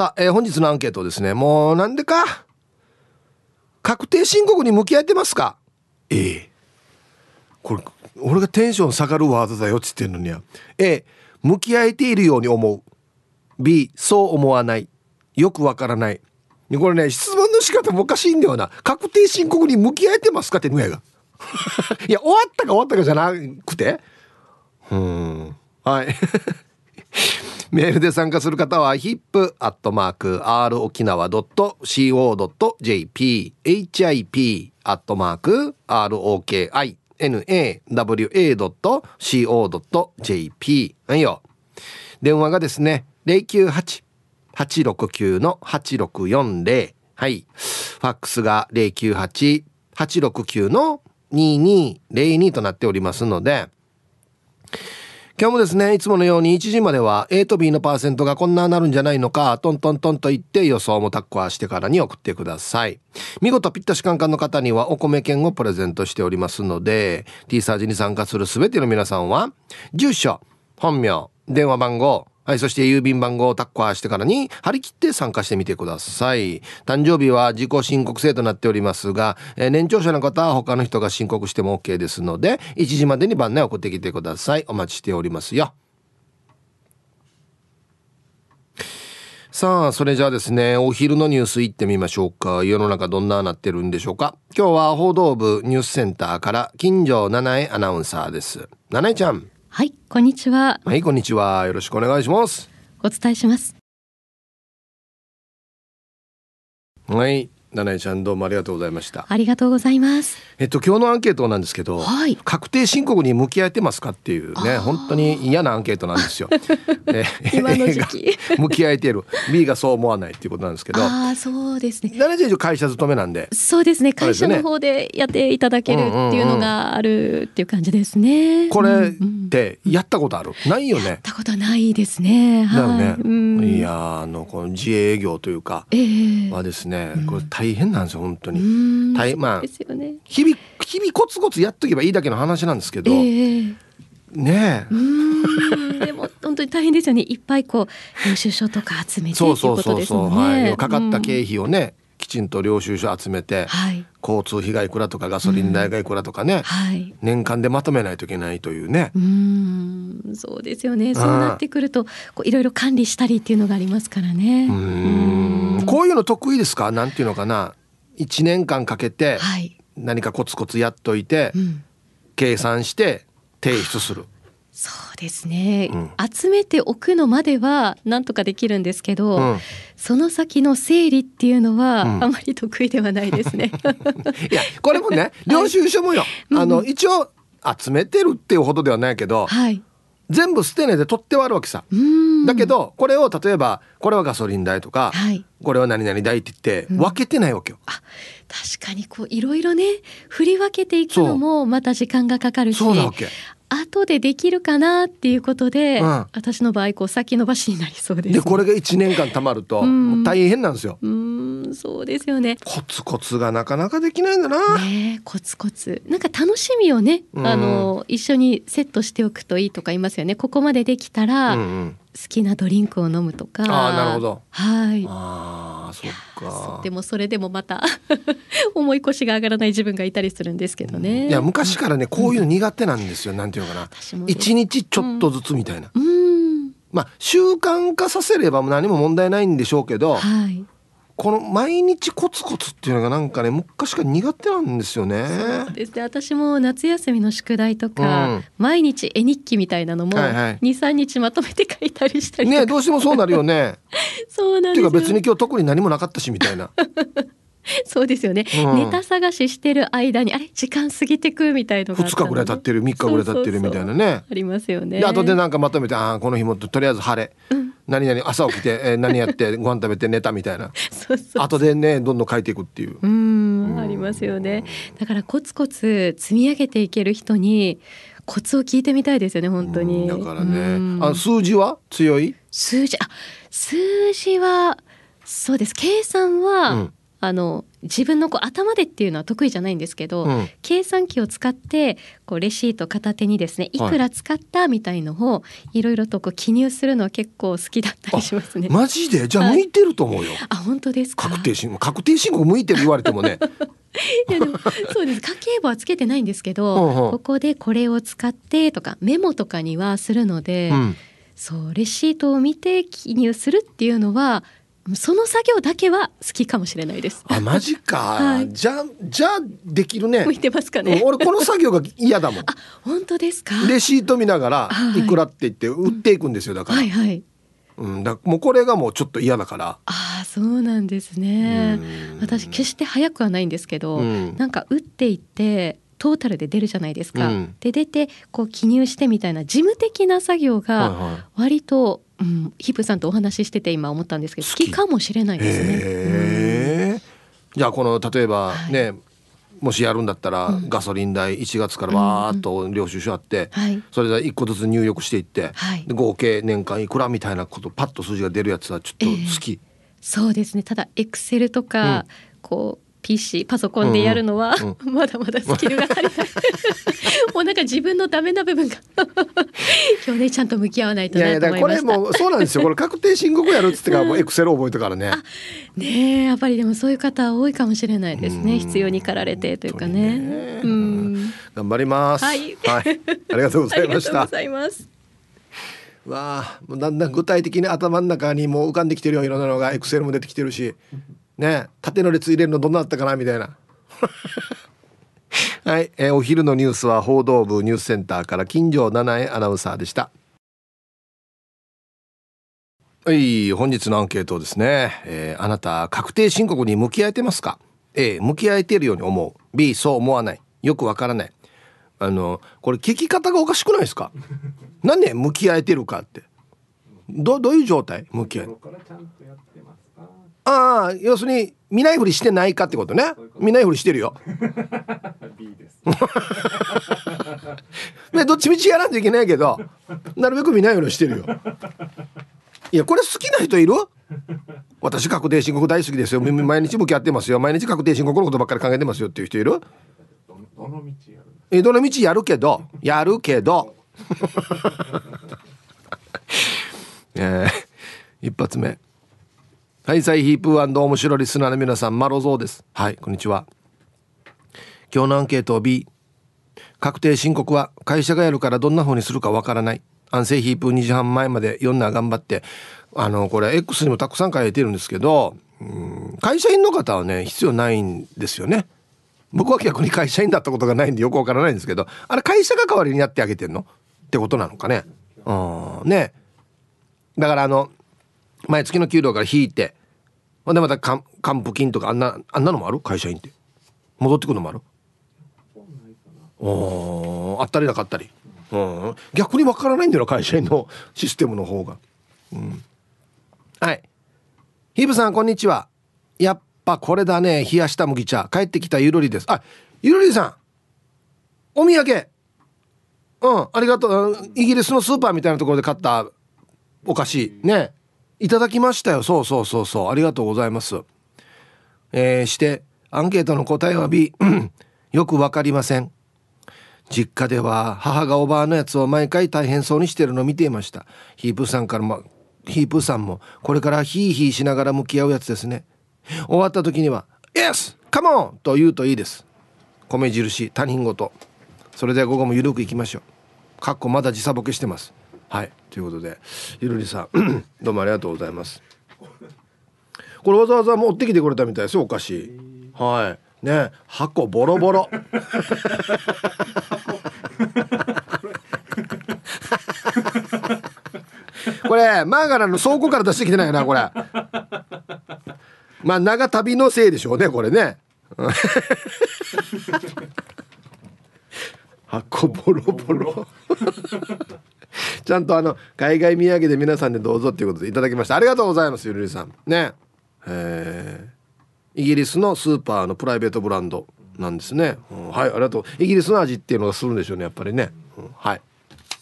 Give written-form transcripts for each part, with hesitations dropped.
さあ、本日のアンケートですね。もうなんでか確定申告に向き合ってますか？これ俺がテンション下がるワードだよって言ってんのには A 向き合えているように思う、 B そう思わない、よくわからない。これね、質問の仕方もおかしいんだよな。確定申告に向き合えてますかってぬやがいや終わったか終わったかじゃなくてはいメールで参加する方は hip@rokinawa.co.jp hip@rokinawa.co.jp はいよ。電話がですね 098-869-8640、 はい。ファックスが 098-869-2202 となっておりますので、今日もですね、いつものように1時までは A と B のパーセントがこんななるんじゃないのかトントントンと言って予想もタッコアしてからに送ってください。見事ピッタシカンカンの方にはお米券をプレゼントしておりますので、 T サージに参加するすべての皆さんは住所、本名、電話番号、はい、そして郵便番号をタッコアしてからに張り切って参加してみてください。誕生日は自己申告制となっておりますが、年長者の方は他の人が申告しても OK ですので、1時までに番内送ってきてください。お待ちしておりますよ。さあ、それじゃあですね、お昼のニュースいってみましょうか。世の中どんななってるんでしょうか。今日は報道部ニュースセンターから金城七重アナウンサーです。七重ちゃん。 はい、こんにちは。 はい、こんにちは。よろしくお願いします。 お伝えします。 はい、七重ちゃんどうもありがとうございました。 ありがとうございます。 今日のアンケートなんですけど、 はい、 確定申告に向き合えてますかっていうね、本当に嫌なアンケートなんですよ今の時期向き合えている B がそう思わないっていうことなんですけど、 そうですね。 七重ちゃん会社勤めなんで、 そうですね、会社の方でやっていただけるっていうのがあるっていう感じですね。 これってやったことある？ないよね。 やったことないですね。 だよね、 はい、 いやこの自営業というかはですね、これ大変なんですよ本当に。まあ、 ですよね、 日々コツコツやっとけばいいだけの話なんですけど、ねえでも本当に大変ですよね。いっぱいこう領収書とか集めてっていうことですもんね。 はい、かかった経費をね、きちんと領収書集めて、 はい、 交通費がいくらとかガソリン代がいくらとかね、 はい、 年間でまとめないといけないというね。 そうですよね。そうなってくるとこういろいろ管理したりっていうのがありますからね。 こういうの得意ですか？なんていうのかな、1年間かけて何かコツコツやっといて、計算して提出する。 そうですね、集めておくのまではなんとかできるんですけど、その先の整理っていうのはあまり得意ではないですねいやこれもね、領収書もよ、一応集めてるっていうほどではないけど、全部捨てねで取ってはあるわけさ。だけどこれを例えばこれはガソリン代とか、これは何々代って言って分けてないわけよ。 確かにこういろいろね振り分けていくのもまた時間がかかるし、 そうなわけ。 後でできるかなっていうことで、私の場合こう先延ばしになりそうです、ね、 でこれが1年間たまると大変なんですよ。 そうですよね。 コツコツがなかなかできないんだな、 ね、コツコツなんか楽しみをね、一緒にセットしておくといいとか言いますよね。ここまでできたら、好きなドリンクを飲むとか。 なるほど。 はい。 そっか。 でもそれでもまた重い腰が上がらない自分がいたりするんですけどね。 いや昔からねこういうの苦手なんですよ。なんていうのかな、1日ちょっとずつみたいな、まあ習慣化させれば何も問題ないんでしょうけど、この毎日コツコツっていうのがなんかね昔から苦手なんですよね。 そうですね。私も夏休みの宿題とか、毎日絵日記みたいなのも 2,3 日まとめて書いたりしたりとか、 ね、どうしてもそうなるよねそうなんですよ。 っていうか別に今日特に何もなかったしみたいなそうですよね、ネタ探ししてる間に時間過ぎてくみたいのがあったの、ね、 2日ぐらい経ってる3日ぐらい経ってるみたいなね、 ありますよね。 で後でなんかまとめてこの日もとりあえず晴れ、何々朝起きて、何やってご飯食べて寝たみたいな後でねどんどん書いていくっていうありますよね。だからコツコツ積み上げていける人にコツを聞いてみたいですよね本当に。 だからね、数字は強い？ 数字はそうです。計算は、 自分の頭でっていうのは得意じゃないんですけど、計算機を使ってレシート片手にですね、いくら使ったみたいのをいろいろと記入するのは結構好きだったりしますね。 マジで？じゃあ向いてると思うよ。 あ、本当ですか？ 確定申告向いてる言われてもねいやでもそうです。家計簿はつけてないんですけどここでこれを使ってとかメモとかにはするので、そうレシートを見て記入するっていうのはその作業だけは好きかもしれないです。 あ、マジか、はい、じゃあできるね。 向いてますかね。 俺この作業が嫌だもん。 あ、本当ですか？ レシート見ながらいくらって言って売っていくんですよ。だから、もうこれがもうちょっと嫌だから。 あ、そうなんですね。私決して早くはないんですけど、なんか打っていってトータルで出るじゃないですか、で出て記入してみたいな事務的な作業が割と、ヒップさんとお話ししてて今思ったんですけど好きかもしれないですね。 じゃあ例えばね、もしやるんだったら、ガソリン代1月からバーっと領収書あって、それで1個ずつ入力していって、で合計年間いくらみたいなことパッと数字が出るやつはちょっと好き。 そうですね。ただエクセルとか、PC パソコンでやるのは、まだまだスキルが足りないもうなんか自分のダメな部分が今日ねちゃんと向き合わないとなと思いました。 これもうそうなんですよ。これ確定申告やるっつってからもうエクセル覚えたからね。 ねえ、やっぱりでもそういう方多いかもしれないですね。必要に駆られてというかね。 頑張ります。はい、ありがとうございました。 ありがとうございます。 わあ、もうだんだん具体的に頭の中にもう浮かんできてるよ。いろんなのがエクセルも出てきてるしね、縦の列入れるのどんなだったかなみたいなはい、お昼のニュースは報道部ニュースセンターから金城七重アナウンサーでした。はい、本日のアンケートですね、あなた確定申告に向き合えてますか？ A、 向き合えているように思う。 B、 そう思わない。よくわからない。これ聞き方がおかしくないですか？何ね、向き合えてるかってどういう状態？向き合える。ああ、要するに見ないふりしてないかってことね。見ないふりしてるよB ですね、どっちみちやらんといけないけどなるべく見ないふりしてるよ。いや、これ好きな人いる？私確定申告大好きですよ、毎日向き合ってますよ、毎日確定申告のことばっかり考えてますよっていう人いる？どの道やるけど一発目、はいサイヒープー&面白リスナーの皆さん、マロゾーです。はい、こんにちは。今日のアンケート B、 確定申告は会社がやるからどんな風にするかわからない。安静ヒープ2時半前まで読んだ頑張って、これ X にもたくさん書いてるんですけど、会社員の方はね必要ないんですよね。僕は逆に会社員だったことがないんでよくわからないんですけど、あれ会社が代わりにやってあげてんのってことなのかね。ね、だから毎月の給料から引いて、でまた還付金とかあんなのもある？会社員って戻ってくるのもある？あったりなかったり、逆にわからないんだよ会社員のシステムの方が。はい、ヒブさんこんにちは。やっぱこれだね、冷やした麦茶。帰ってきたゆるりです。あ、ゆるりさんお土産、ありがとう。イギリスのスーパーみたいなところで買ったお菓子ね、いただきましたよ。そうありがとうございます。してアンケートの答えは B よくわかりません。実家では母がおばあのやつを毎回大変そうにしてるのを見ていました。ヒープーさんもこれからヒーヒーしながら向き合うやつですね。終わった時には Yes! Come on! と言うといいです。米印他人事。それでは午後もゆるくいきましょう。かっこまだ時差ボケしてます。はい、ということでゆるりさんどうもありがとうございます。これわざわざ持ってきてくれたみたいですよ、お菓子。はいね、箱ボロボロこれマーガラの倉庫から出してきてないなこれ。まあ長旅のせいでしょうねこれね箱ボロボロちゃんと海外土産で皆さんでどうぞっていうことでいただきました。ありがとうございます。ゆるりさんね、イギリスのスーパーのプライベートブランドなんですね。はい、ありがとう。イギリスの味っていうのがするんでしょうねやっぱりね。はい、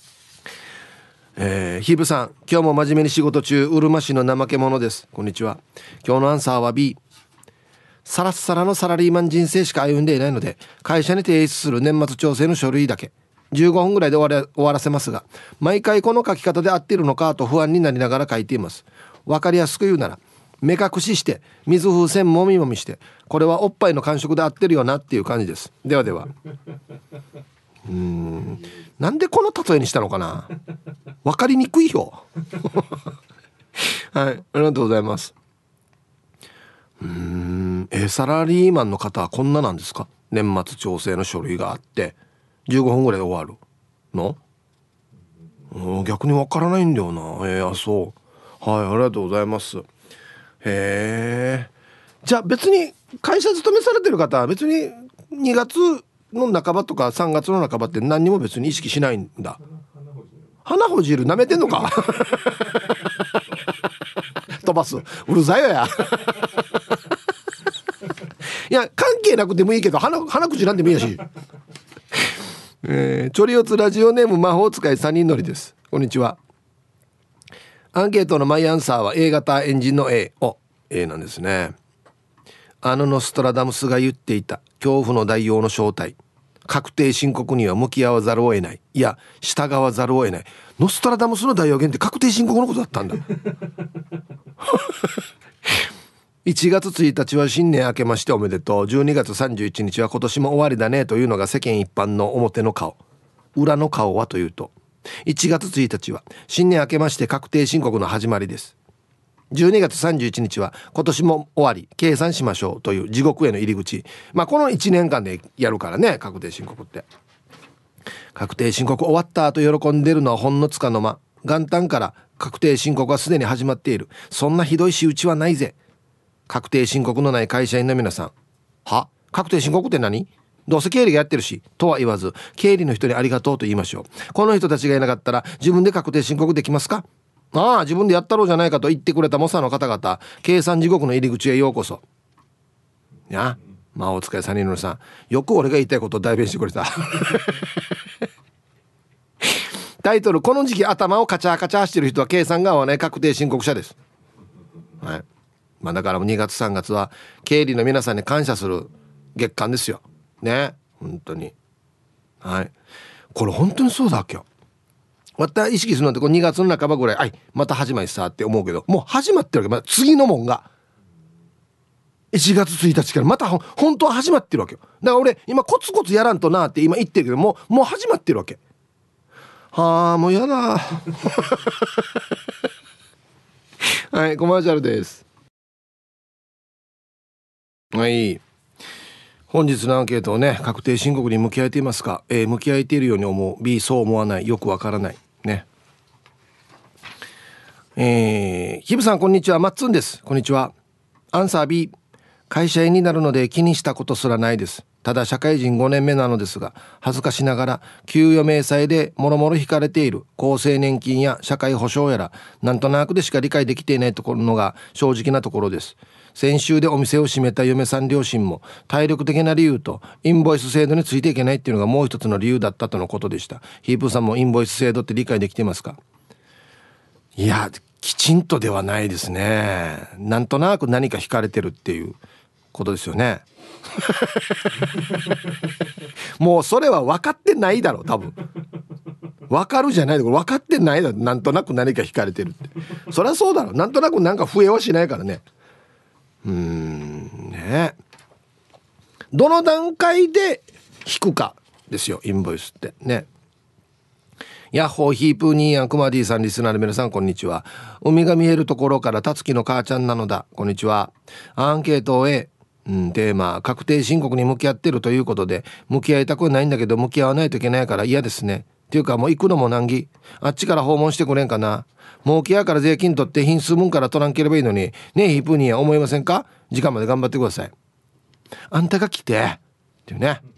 ヒブさん今日も真面目に仕事中、うるま市の怠け者です。こんにちは。今日のアンサーは B。 サラッサラのサラリーマン人生しか歩んでいないので、会社に提出する年末調整の書類だけ15分ぐらいで終わらせますが、毎回この書き方で合っているのかと不安になりながら書いています。わかりやすく言うなら、目隠しして水風船もみもみして、これはおっぱいの感触で合ってるよなっていう感じです。ではでは。なんでこの例えにしたのかな。わかりにくいよ。はい、ありがとうございます。サラリーマンの方はこんななんですか。年末調整の書類があって15分ぐらいで終わるの。逆にわからないんだよな。そう。はい、ありがとうございます。じゃあ別に会社勤めされてる方は別に2月の半ばとか3月の半ばって何にも別に意識しないんだ。花ほじる舐めてんのか。飛ばす、うるさいよや。いや関係なくてもいいけど鼻口なんでもいいやし。チョリオツラジオネーム魔法使い3人乗りです。こんにちは。アンケートのマイアンサーは A 型エンジンの A。 A なんですね。ノストラダムスが言っていた恐怖の代用の正体、確定申告には向き合わざるを得ない、いや従わざるを得ない。ノストラダムスの大予言って確定申告のことだったんだ。1月1日は新年明けましておめでとう、12月31日は今年も終わりだねというのが世間一般の表の顔。裏の顔はというと、1月1日は新年明けまして確定申告の始まりです。12月31日は今年も終わり計算しましょうという地獄への入り口。この1年間でやるからね、確定申告って。確定申告終わったと喜んでるのはほんのつかの間。元旦から確定申告はすでに始まっている。そんなひどい仕打ちはないぜ。確定申告のない会社員の皆さん、確定申告って何？どうせ経理がやってるしとは言わず、経理の人にありがとうと言いましょう。この人たちがいなかったら自分で確定申告できますか？自分でやったろうじゃないかと言ってくれた猛者の方々、計算地獄の入り口へようこそ。お疲れサニーノさん、よく俺が言いたいことを代弁してくれた。タイトル、この時期頭をカチャカチャしてる人は計算が合わない確定申告者です。はい。だから2月3月は経理の皆さんに感謝する月間ですよね、本当に。はい、これ本当にそうだっけよ。また意識するのってこう2月の半ばぐらい、また始まりさって思うけど、もう始まってるわけ。次のもんが1月1日からまた本当は始まってるわけよ。だから俺今コツコツやらんとなって今言ってるけど、もう始まってるわけ。もうやだ。はい、コマーシャルです。はい、本日のアンケートをね、確定申告に向き合えていますか？ A、向き合えているように思う。 B、そう思わない、よくわからないね。ヒブさんこんにちは、マッツンです。こんにちは。アンサー B、 会社員になるので気にしたことすらないです。ただ社会人5年目なのですが、恥ずかしながら給与明細でもろもろ引かれている厚生年金や社会保障やら、なんとなくでしか理解できていないところのが正直なところです。先週でお店を閉めた嫁さん両親も体力的な理由とインボイス制度についていけないっていうのがもう一つの理由だったとのことでした。ヒープさんもインボイス制度って理解できてますか？いや、きちんとではないですね。なんとなく何か引かれてるっていうことですよね。もうそれは分かってないだろう、多分。分かるじゃないだろ、分かってないだろ。なんとなく何か引かれてるって、そりゃそうだろう。なんとなくなんか増えはしないからね。ね、どの段階で引くかですよ、インボイスってね。ヤッホーヒープーニーヤンクマディさん、リスナーの皆さんこんにちは。海が見えるところからたつきの母ちゃんなのだ、こんにちは。アンケートをテーマ、確定申告に向き合ってるということで、向き合いたくないんだけど向き合わないといけないから嫌ですね。っていうかもう行くのも難儀。あっちから訪問してくれんかな。儲けやから税金取って品数分から取らんければいいのにね。えヒープーニーヤン思いませんか？時間まで頑張ってください。あんたが来てっていうね。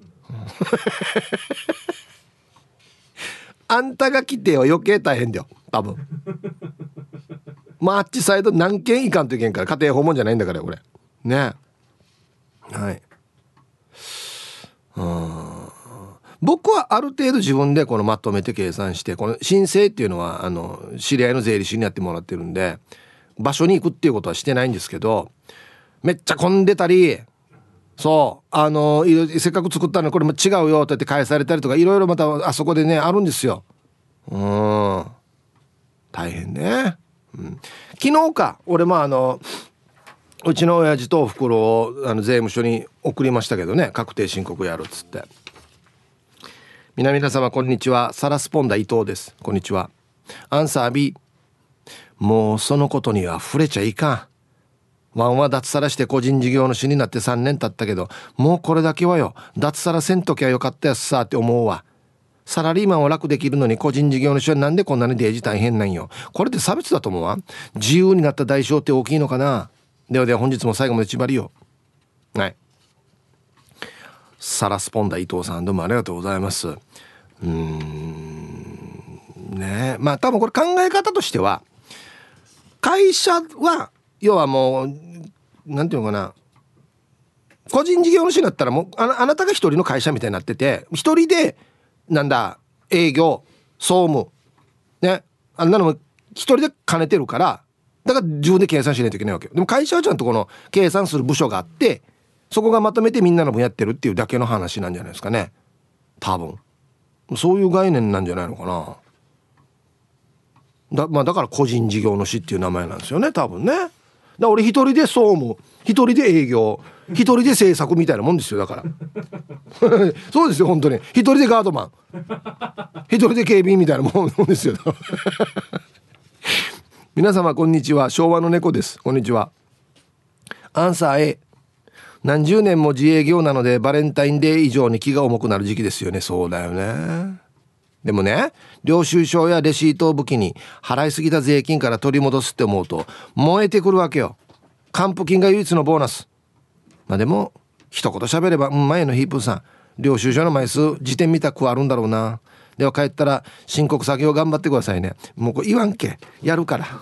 あんたが来ては余計大変だよ多分。あっちサイド何件いかんといけんから、家庭訪問じゃないんだからこれね。はい。僕はある程度自分でこのまとめて計算して、この申請っていうのは知り合いの税理士にやってもらってるんで場所に行くっていうことはしてないんですけど、めっちゃ混んでたりそうせっかく作ったのにこれも違うよと言って返されたりとかいろいろまたあそこでねあるんですよ。大変ね、昨日か俺もうちの親父とおふくろを税務署に送りましたけどね、確定申告やるっつって。皆様こんにちは、サラスポンダ伊藤です。こんにちは。アンサー B、 もうそのことには触れちゃいかん。ワンは脱サラして個人事業主になって3年経ったけど、もうこれだけはよ脱サラせんときゃよかったやつさって思うわ。サラリーマンは楽できるのに個人事業主はなんでこんなにデージ大変なんよ。これって差別だと思うわ。自由になった代償って大きいのかな。では本日も最後まで縛りよ。はい、サラスポンダ伊藤さんどうもありがとうございます。ね、まあ多分これ考え方としては、会社は要はもうなんていうのかな、個人事業主になったらもうあなたが一人の会社みたいになってて、一人でなんだ営業総務ね、あんなのも一人で兼ねてるから、だから自分で計算しないといけないわけよ。でも会社はちゃんとこの計算する部署があって、そこがまとめてみんなの分やってるっていうだけの話なんじゃないですかね。多分そういう概念なんじゃないのかな。だから個人事業主っていう名前なんですよね、多分ね。だ俺一人で総務、一人で営業、一人で制作みたいなもんですよ。だからそうですよ、本当に一人でガードマン、一人で警備員みたいなもんですよ皆様こんにちは、昭和の猫です。こんにちは。アンサー A、 何十年も自営業なのでバレンタインデー以上に気が重くなる時期ですよね。そうだよね。でもね、領収書やレシートを武器に払いすぎた税金から取り戻すって思うと燃えてくるわけよ。還付金が唯一のボーナス。まあでも一言喋れば、前のヒープーさん領収書の枚数辞典見たくはあるんだろうな。では帰ったら申告作業頑張ってくださいね。もうこれ言わんけやるから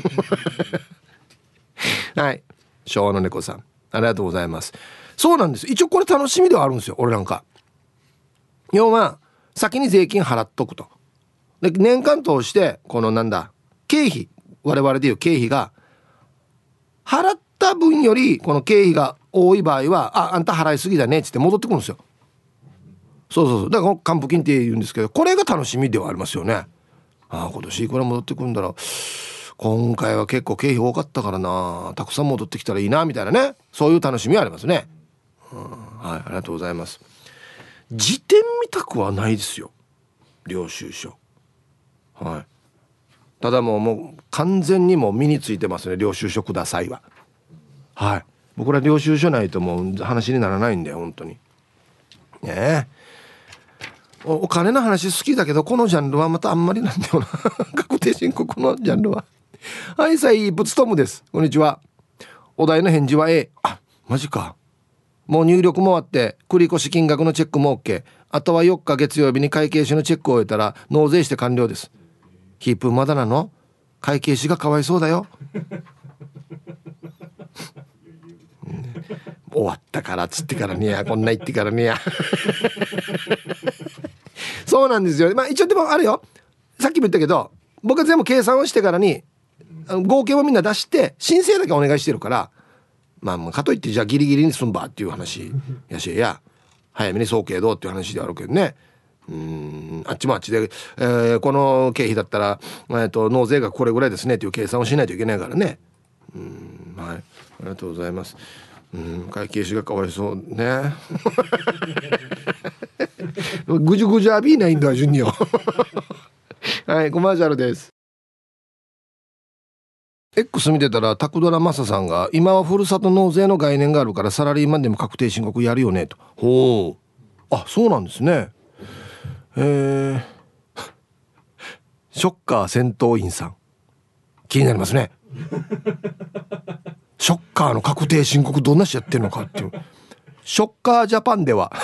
はい、昭和の猫さんありがとうございます。そうなんです、一応これ楽しみではあるんですよ。俺なんか要は先に税金払っとくと。で年間通してこのなんだ経費、我々でいう経費が払った分よりこの経費が多い場合はあんた払いすぎだねっつって戻ってくるんですよ。そうだから還付金って言うんですけど、これが楽しみではありますよね。今年いくら戻ってくるんだろう、今回は結構経費多かったからな、たくさん戻ってきたらいいなみたいなね、そういう楽しみはありますね。はい、ありがとうございます。辞典見たくはないですよ、領収書。はい、ただもう完全にもう身についてますね、領収書くださいは。はい、僕ら領収書ないともう話にならないんで本当にねえ。お金の話好きだけどこのジャンルはまたあんまりなんだよな確定申告のジャンルは。はい、さいぶつとむです。こんにちは。お題の返事は A。 マジか。もう入力もあって繰越金額のチェックも OK。 あとは4日月曜日に会計士のチェックを終えたら納税して完了です。ヒープまだなの？会計士がかわいそうだよ終わったからっつってからにやこんな言ってからにやそうなんですよ。まあ一応でもあるよ、さっきも言ったけど僕は全部計算をしてからに合計をみんな出して申請だけお願いしてるから、まあかといってじゃあギリギリに済んばっていう話やし、や早めに総計どうっていう話であるけどね。あっちもあっちで、この経費だったら、納税額これぐらいですねっていう計算をしないといけないからね。はい、ありがとうございます。会計士がかわいそうねぐじゅぐじゅ浴びないんだ順によはい、コマーシャルです。 X 見てたらタクドラマサさんが今はふるさと納税の概念があるからサラリーマンでも確定申告やるよねと。ほう、そうなんですね。ショッカー戦闘員さん気になりますねショッカーの確定申告どんな人やってるのかっていう。ショッカージャパンでは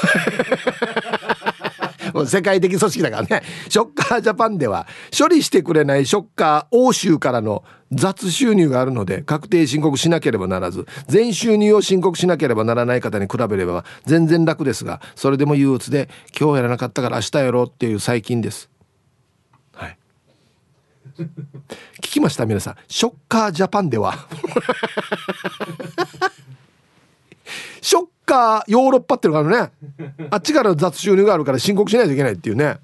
世界的組織だからね。ショッカージャパンでは処理してくれないショッカー欧州からの雑収入があるので確定申告しなければならず、全収入を申告しなければならない方に比べれば全然楽ですが、それでも憂鬱で今日やらなかったから明日やろうっていう最近です。はい、聞きました皆さん、ショッカージャパンではショッカカーヨーロッパっていうのがあるね。あっちから雑収入があるから申告しないといけないっていうね。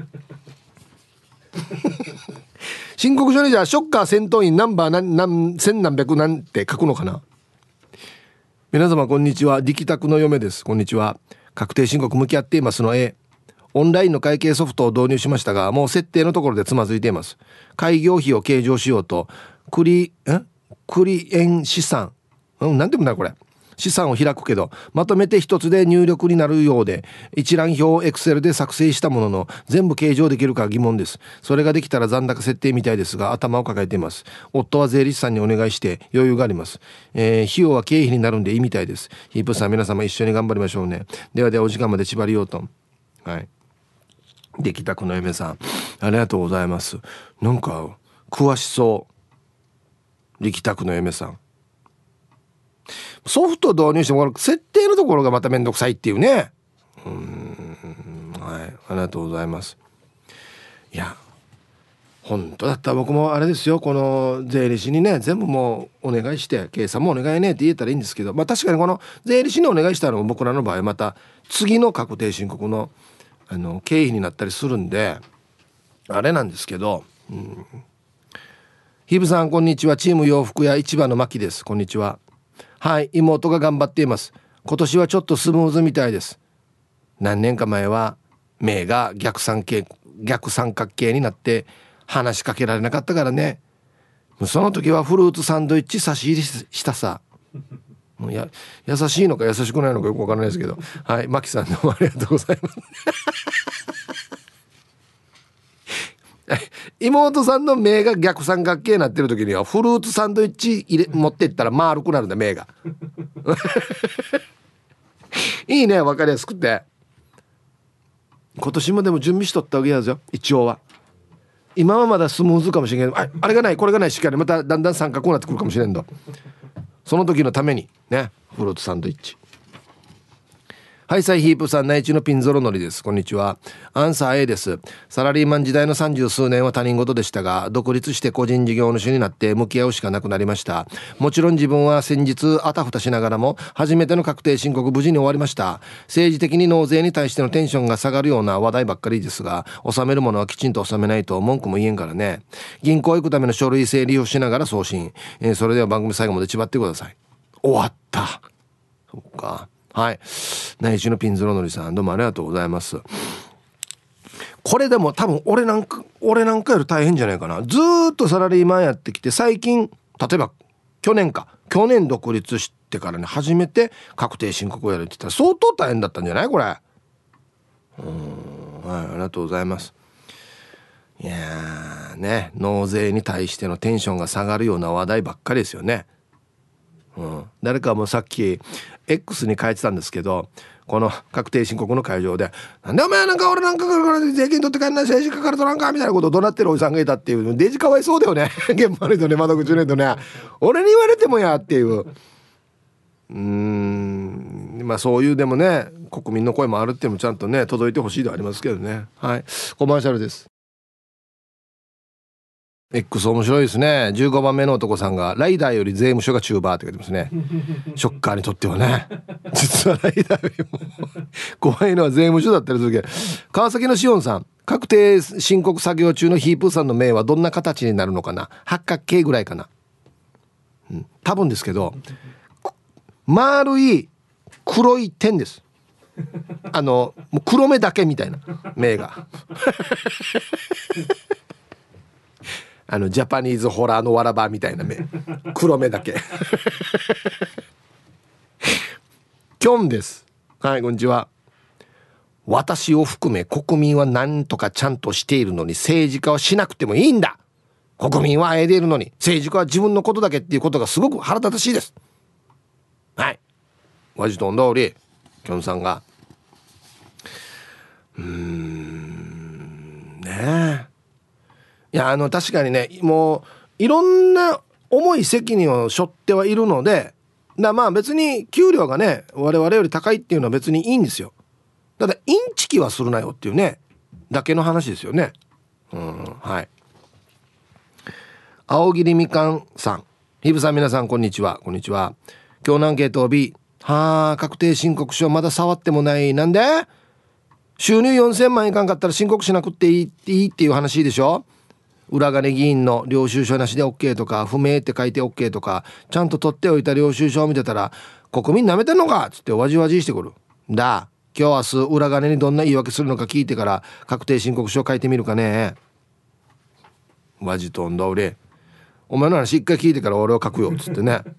申告書にじゃあショッカー戦闘員ナンバー千何百なんて書くのかな。皆様こんにちは、力宅の嫁です。こんにちは。確定申告向き合っていますの A、 オンラインの会計ソフトを導入しましたが、もう設定のところでつまずいています。開業費を計上しようとクリエン資産、なんてもないこれ、資産を開くけどまとめて一つで入力になるようで、一覧表を Excel で作成したものの全部計上できるか疑問です。それができたら残高設定みたいですが頭を抱えています。夫は税理士さんにお願いして余裕があります。費用は経費になるんでいいみたいです。ヒープさん皆様一緒に頑張りましょうね。ではではお時間まで縛りようと。はい、出来たくの嫁さんありがとうございます。なんか詳しそう。出来たくの嫁さん、ソフト導入してもこの設定のところがまためんどくさいっていうね。はい、ありがとうございます。いや本当だったら僕もあれですよ、この税理士にね全部もうお願いして計算もお願いねって言えたらいいんですけど、まあ確かにこの税理士にお願いしたのも僕らの場合また次の確定申告の経費になったりするんであれなんですけど、ヒブさんこんにちは、チーム洋服屋市場の牧です。こんにちは。はい、妹が頑張っています。今年はちょっとスムーズみたいです。何年か前は目が逆三角形になって話しかけられなかったからね。その時はフルーツサンドイッチ差し入れしたさ。もう優しいのか優しくないのかよくわからないですけど、はい、マキさんどうもありがとうございます。妹さんの目が逆三角形になってる時にはフルーツサンドイッチ持っていったら丸くなるんだ目が。いいね、わかりやすくて。今年もでも準備しとったわけですよ一応は。今はまだスムーズかもしれない、あれがないこれがないしっかりまただんだん三角になってくるかもしれんと、その時のためにねフルーツサンドイッチ。ハイサイヒープさん、内地のピンゾロノリです。こんにちは。アンサー A です。サラリーマン時代の30数年は他人事でしたが、独立して個人事業主になって向き合うしかなくなりました。もちろん自分は先日あたふたしながらも初めての確定申告無事に終わりました。政治的に納税に対してのテンションが下がるような話題ばっかりですが、納めるものはきちんと納めないと文句も言えんからね。銀行行くための書類整理をしながら送信、それでは番組最後まで縛ってください。終わった。そっか。はい、内地のピンズロノリさんどうもありがとうございます。これでも多分俺なんかより大変じゃないかな。ずーっとサラリーマンやってきて最近例えば去年独立してからね初めて確定申告をやるって言ったら相当大変だったんじゃないこれ。はい、ありがとうございます。いやーね、納税に対してのテンションが下がるような話題ばっかりですよね。誰かもさっき X に書いてたんですけど、この確定申告の会場でなんでお前なんか俺なんかから税金取って帰んない政治家から取らんかみたいなことを怒鳴ってるおじさんがいたっていう、デジかわいそうだよね。現場の人ね、窓口の人ね、俺に言われてもやっていう、まあそういうでもね国民の声もあるっていうのもちゃんとね届いてほしいではありますけどね。はい、コマーシャルです。X 面白いですね。15番目の男さんがライダーより税務署がチューバーって書いてますね。ショッカーにとってはね、実はライダーよりも怖いのは税務署だったりするけど。川崎のしおんさん、確定申告作業中のヒープーさんの目はどんな形になるのかな。八角形ぐらいかな、多分ですけど丸い黒い点です。もう黒目だけみたいな目がジャパニーズホラーのわらばみたいな目、黒目だけキョンです。はい、こんにちは。私を含め国民は何とかちゃんとしているのに政治家はしなくてもいいんだ。国民はあえでいるのに政治家は自分のことだけっていうことがすごく腹立たしいです。はい、ワジトン通りキョンさんがねえ、いや確かにね、もういろんな重い責任を背負ってはいるので、まあ別に給料がね我々より高いっていうのは別にいいんですよ。ただインチキはするなよっていうねだけの話ですよね。はい。青桐みかんさん、ヒブさん皆さんこんにちは。こんにちは。今日のアンケートを B、 はあ、確定申告書まだ触ってもない。なんで？収入4000万いかんかったら申告しなくていいっていう話でしょ。裏金議員の領収書なしで OK とか、不明って書いて OK とか、ちゃんと取っておいた領収書を見てたら、国民舐めてんのかっつってわじわじしてくる。だ、今日明日裏金にどんな言い訳するのか聞いてから確定申告書を書いてみるかね。わじとんだ俺、お前の話一回聞いてから俺を書くよっつってね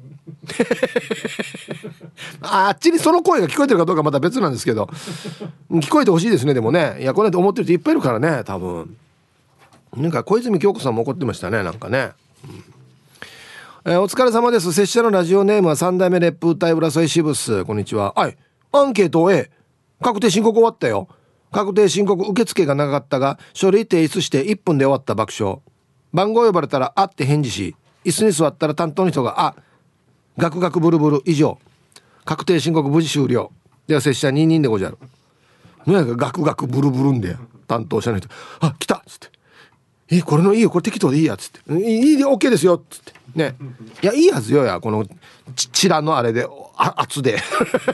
あっちにその声が聞こえてるかどうかまた別なんですけど、聞こえてほしいですね。でもね、いやこれって思ってる人いっぱいいるからね、多分。なんか小泉京子さんも怒ってましたね、なんかね、お疲れ様です。拙者のラジオネームは三代目烈風隊浦添支部ス。こんにちは。はい、アンケート A、 確定申告終わったよ。確定申告受付が長かったが書類提出して1分で終わった。爆笑。番号呼ばれたらあって返事し、椅子に座ったら担当の人があ、ガクガクブルブル以上、確定申告無事終了。では拙者2人でごじゃる。なんかガクガクブルブルんで担当者の人、あ、来たっつって、これのいいよ、これ適当でいいやっつって、いいで OK ですよっつってね。いやいいはずよや、このチラのあれで圧で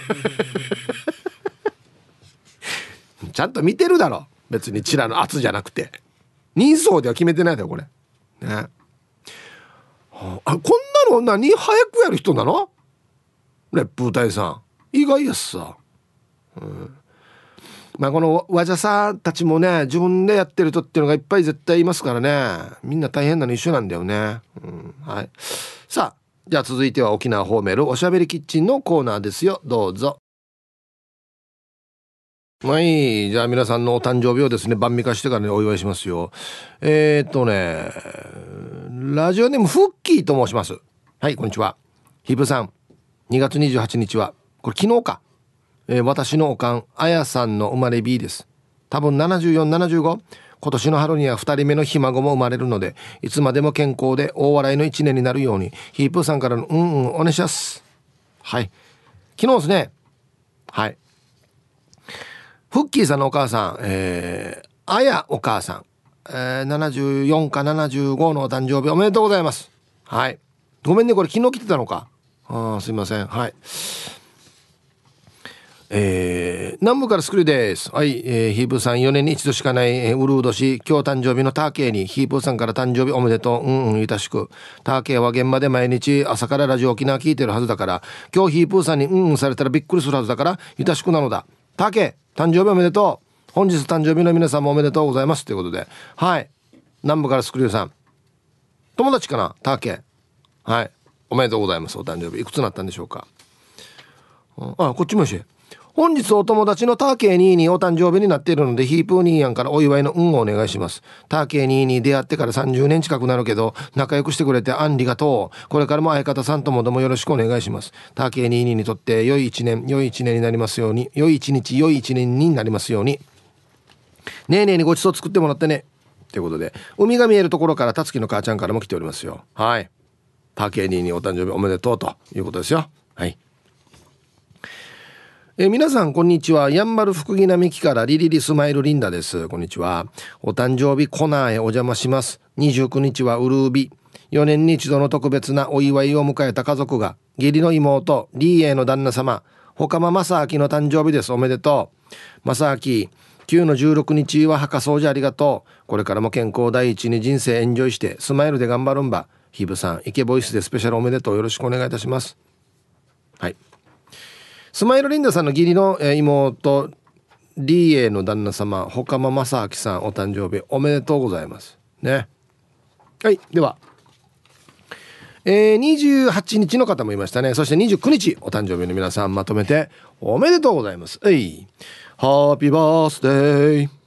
ちゃんと見てるだろ、別にチラの圧じゃなくて。人相では決めてないだよこれね。あ、こんなの何早くやる人なの？烈風隊さん意外やっさ、まあこの和者さんたちもね、自分でやってる人っていうのがいっぱい絶対いますからね。みんな大変なの一緒なんだよね、はい。さあ、じゃあ続いては沖縄ホーメルおしゃべりキッチンのコーナーですよ。どうぞ。はい、じゃあ皆さんのお誕生日をですね、晩御飯してからねお祝いしますよ。ラジオネームフッキーと申します。はい、こんにちは。ヒブさん、2月28日はこれ昨日か、私のおかんあやさんの生まれ日です。多分74、75。今年の春には2人目のひ孫も生まれるので、いつまでも健康で大笑いの1年になるように、ヒープーさんからのお願いします。はい、昨日ですね。はい、フッキーさんのお母さん、あやお母さん、74か75のお誕生日おめでとうございます。はい、ごめんね、これ昨日来てたのか。すいません。はい、南部からスクリューです。はい、ヒープーさん4年に一度しかない、ウルード氏今日誕生日のターケーにヒープーさんから誕生日おめでとう、いたしく。ターケーは現場で毎日朝からラジオ沖縄聞いてるはずだから、今日ヒープーさんにされたらびっくりするはずだから、いたしくなのだ。ターケー誕生日おめでとう。本日誕生日の皆さんもおめでとうございますということで、はい、南部からスクリューさん友達かな、ターケー。はい、おめでとうございます。お誕生日いくつになったんでしょうか。こっちもし、本日お友達のターケーニーにお誕生日になっているので、ヒープーニーヤンからお祝いのをお願いします。ターケーニーに出会ってから30年近くなるけど仲良くしてくれてありがとう。これからも相方さんともどもよろしくお願いします。ターケーニーにとって良い一年になりますように、良い一日良い一年になりますように。ねえねえにごちそう作ってもらってねということで、海が見えるところからたつきの母ちゃんからも来ておりますよ。はい、ターケーニーにお誕生日おめでとうということですよ。はい、皆さんこんにちは。やんばる福木並木からリリリスマイルリンダです。こんにちは。お誕生日コナーへお邪魔します。29日はウルービ。4年に一度の特別なお祝いを迎えた家族が、義理の妹リーエの旦那様岡間正明の誕生日です。おめでとう正明。9の16日は墓掃除ありがとう。これからも健康第一に人生エンジョイしてスマイルで頑張るんば。ヒブさんイケボイスでスペシャルおめでとう。よろしくお願いいたします。はい、スマイルリンダさんの義理の妹リーエの旦那様岡間正明さんお誕生日おめでとうございますね。はい、では、28日の方もいましたね。そして29日お誕生日の皆さんまとめておめでとうございます。ハッピーバースデー。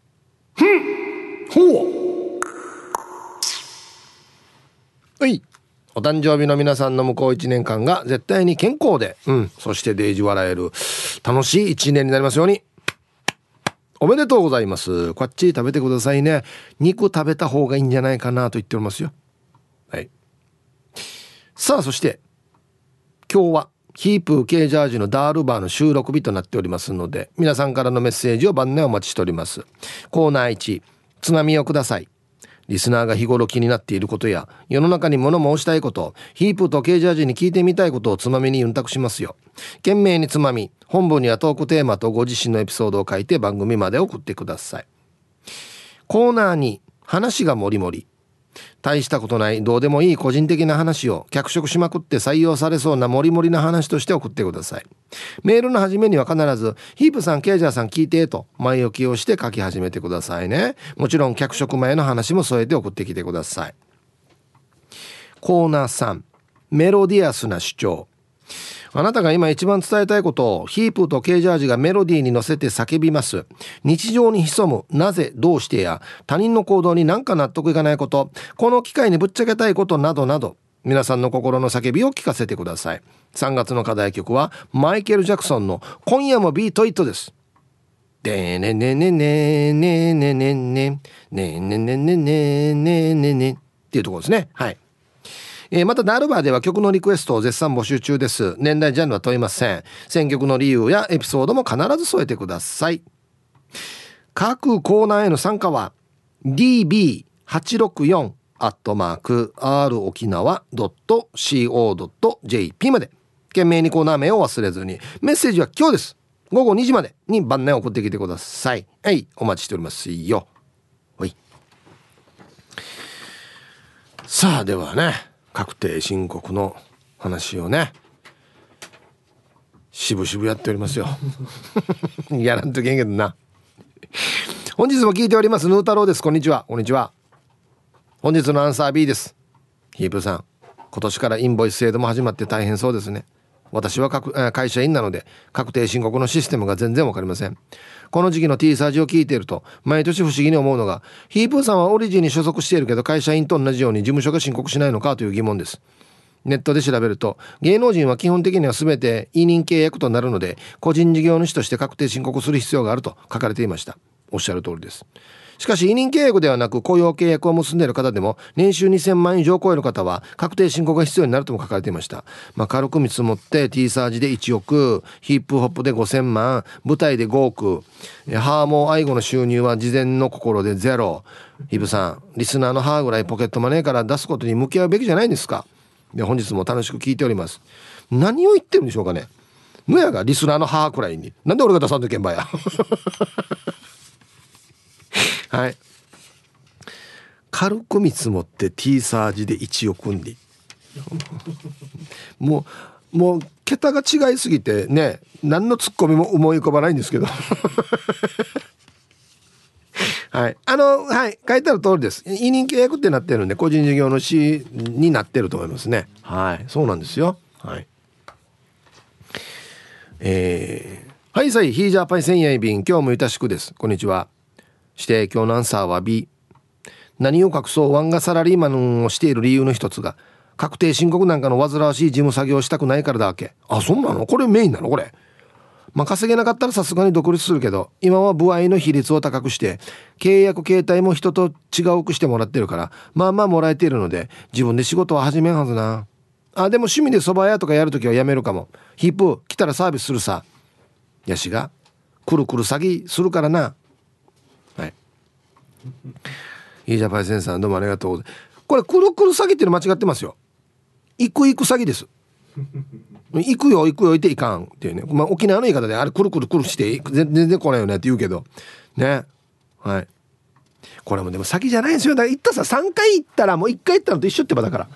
はい、お誕生日の皆さんの向こう1年間が絶対に健康で、そしてデージ笑える楽しい1年になりますように。おめでとうございます。こっち食べてくださいね。肉食べた方がいいんじゃないかなと言っておりますよ。はい、さあそして今日はヒープー K ジャージのダールバーの収録日となっておりますので、皆さんからのメッセージを晩年お待ちしております。コーナー1、津波をください。 リスナーが日頃気になっていることや世の中に物申したいこと、ヒープとケージャージに聞いてみたいことをつまみにユンタクしますよ。懸命につまみ、本文にはトークテーマとご自身のエピソードを書いて番組まで送ってください。コーナーに話がもりもり、大したことないどうでもいい個人的な話を脚色しまくって採用されそうなもりもりな話として送ってください。メールの始めには必ずヒープさんケイジャーさん聞いてと前置きをして書き始めてくださいね。もちろん脚色前の話も添えて送ってきてください。コーナー3、メロディアスな主張。あなたが今一番伝えたいことをヒープとケージャージがメロディーに乗せて叫びます。日常に潜むなぜどうしてや他人の行動になんか納得いかないこと、この機会にぶっちゃけたいことなどなど、皆さんの心の叫びを聞かせてください。3月の課題曲はマイケル・ジャクソンの今夜もビートイットです。でねねねねねねねねねねねねねねねねっていうところですね。はい。またダルバーでは曲のリクエストを絶賛募集中です。年代ジャンルは問いません。選曲の理由やエピソードも必ず添えてください。各コーナーへの参加は db864@r 沖縄 .co.jp まで。懸命にコーナー名を忘れずに。メッセージは今日です。午後2時までに番内を送ってきてください。はい、お待ちしておりますよ。はい。さあではね、確定申告の話をね渋々やっておりますよやらんといけんけどな。本日も聞いておりますヌー太郎です。こんにちは。こんにちは。本日のアンサー B です。ヒープさん、今年からインボイス制度も始まって大変そうですね。私は会社員なので確定申告のシステムが全然わかりません。この時期の T サージを聞いていると毎年不思議に思うのが、ヒープーさんはオリジンに所属しているけど会社員と同じように事務所が申告しないのかという疑問です。ネットで調べると芸能人は基本的には全て委任契約となるので個人事業主として確定申告する必要があると書かれていました。おっしゃる通りです。しかし委任契約ではなく雇用契約を結んでいる方でも年収2000万以上超える方は確定申告が必要になるとも書かれていました。軽く見積もって T サージで1億、ヒップホップで5000万、舞台で5億、ハーモー愛護の収入は事前の心でゼロ。ヒブさん、リスナーのハーぐらいポケットマネーから出すことに向き合うべきじゃないんですか。で、本日も楽しく聞いております。何を言ってるんでしょうかね。むやがリスナーのハーくらいになんで俺が出さんといけんばやはい、軽く見積もって T サージで1億んりもう桁が違いすぎてね、何のツッコミも思い浮かばないんですけどはい、はい、書いてある通りです。委任契約ってなってるんで個人事業主になってると思いますね。はい、そうなんですよ。はい、はいさいヒージャーパイセンヤイビン、今日もゆたしくです。こんにちは。して今日のアンサーは B。 何を隠そうワンがサラリーマンをしている理由の一つが確定申告なんかの煩わしい事務作業をしたくないからだけ。あ、そうなの。これメインなのこれ。稼げなかったらさすがに独立するけど今は歩合の比率を高くして契約形態も人と違うくしてもらってるからもらえているので自分で仕事は始めんはずな。あ、でも趣味で蕎麦屋とかやるときはやめるかも。ヒップ来たらサービスするさ。やしがくるくる詐欺するからな。はい。いいじゃパイセンさんどうもありがとう。これくるくる詐欺っていうの間違ってますよ。行く詐欺です。行くよっていかんっていうね。沖縄の言い方であれくるくるくるして全然来ないよねって言うけどね。はい。これもでも詐欺じゃないんですよ。だから行ったさ3回行ったらもう1回行ったのと一緒ってばだから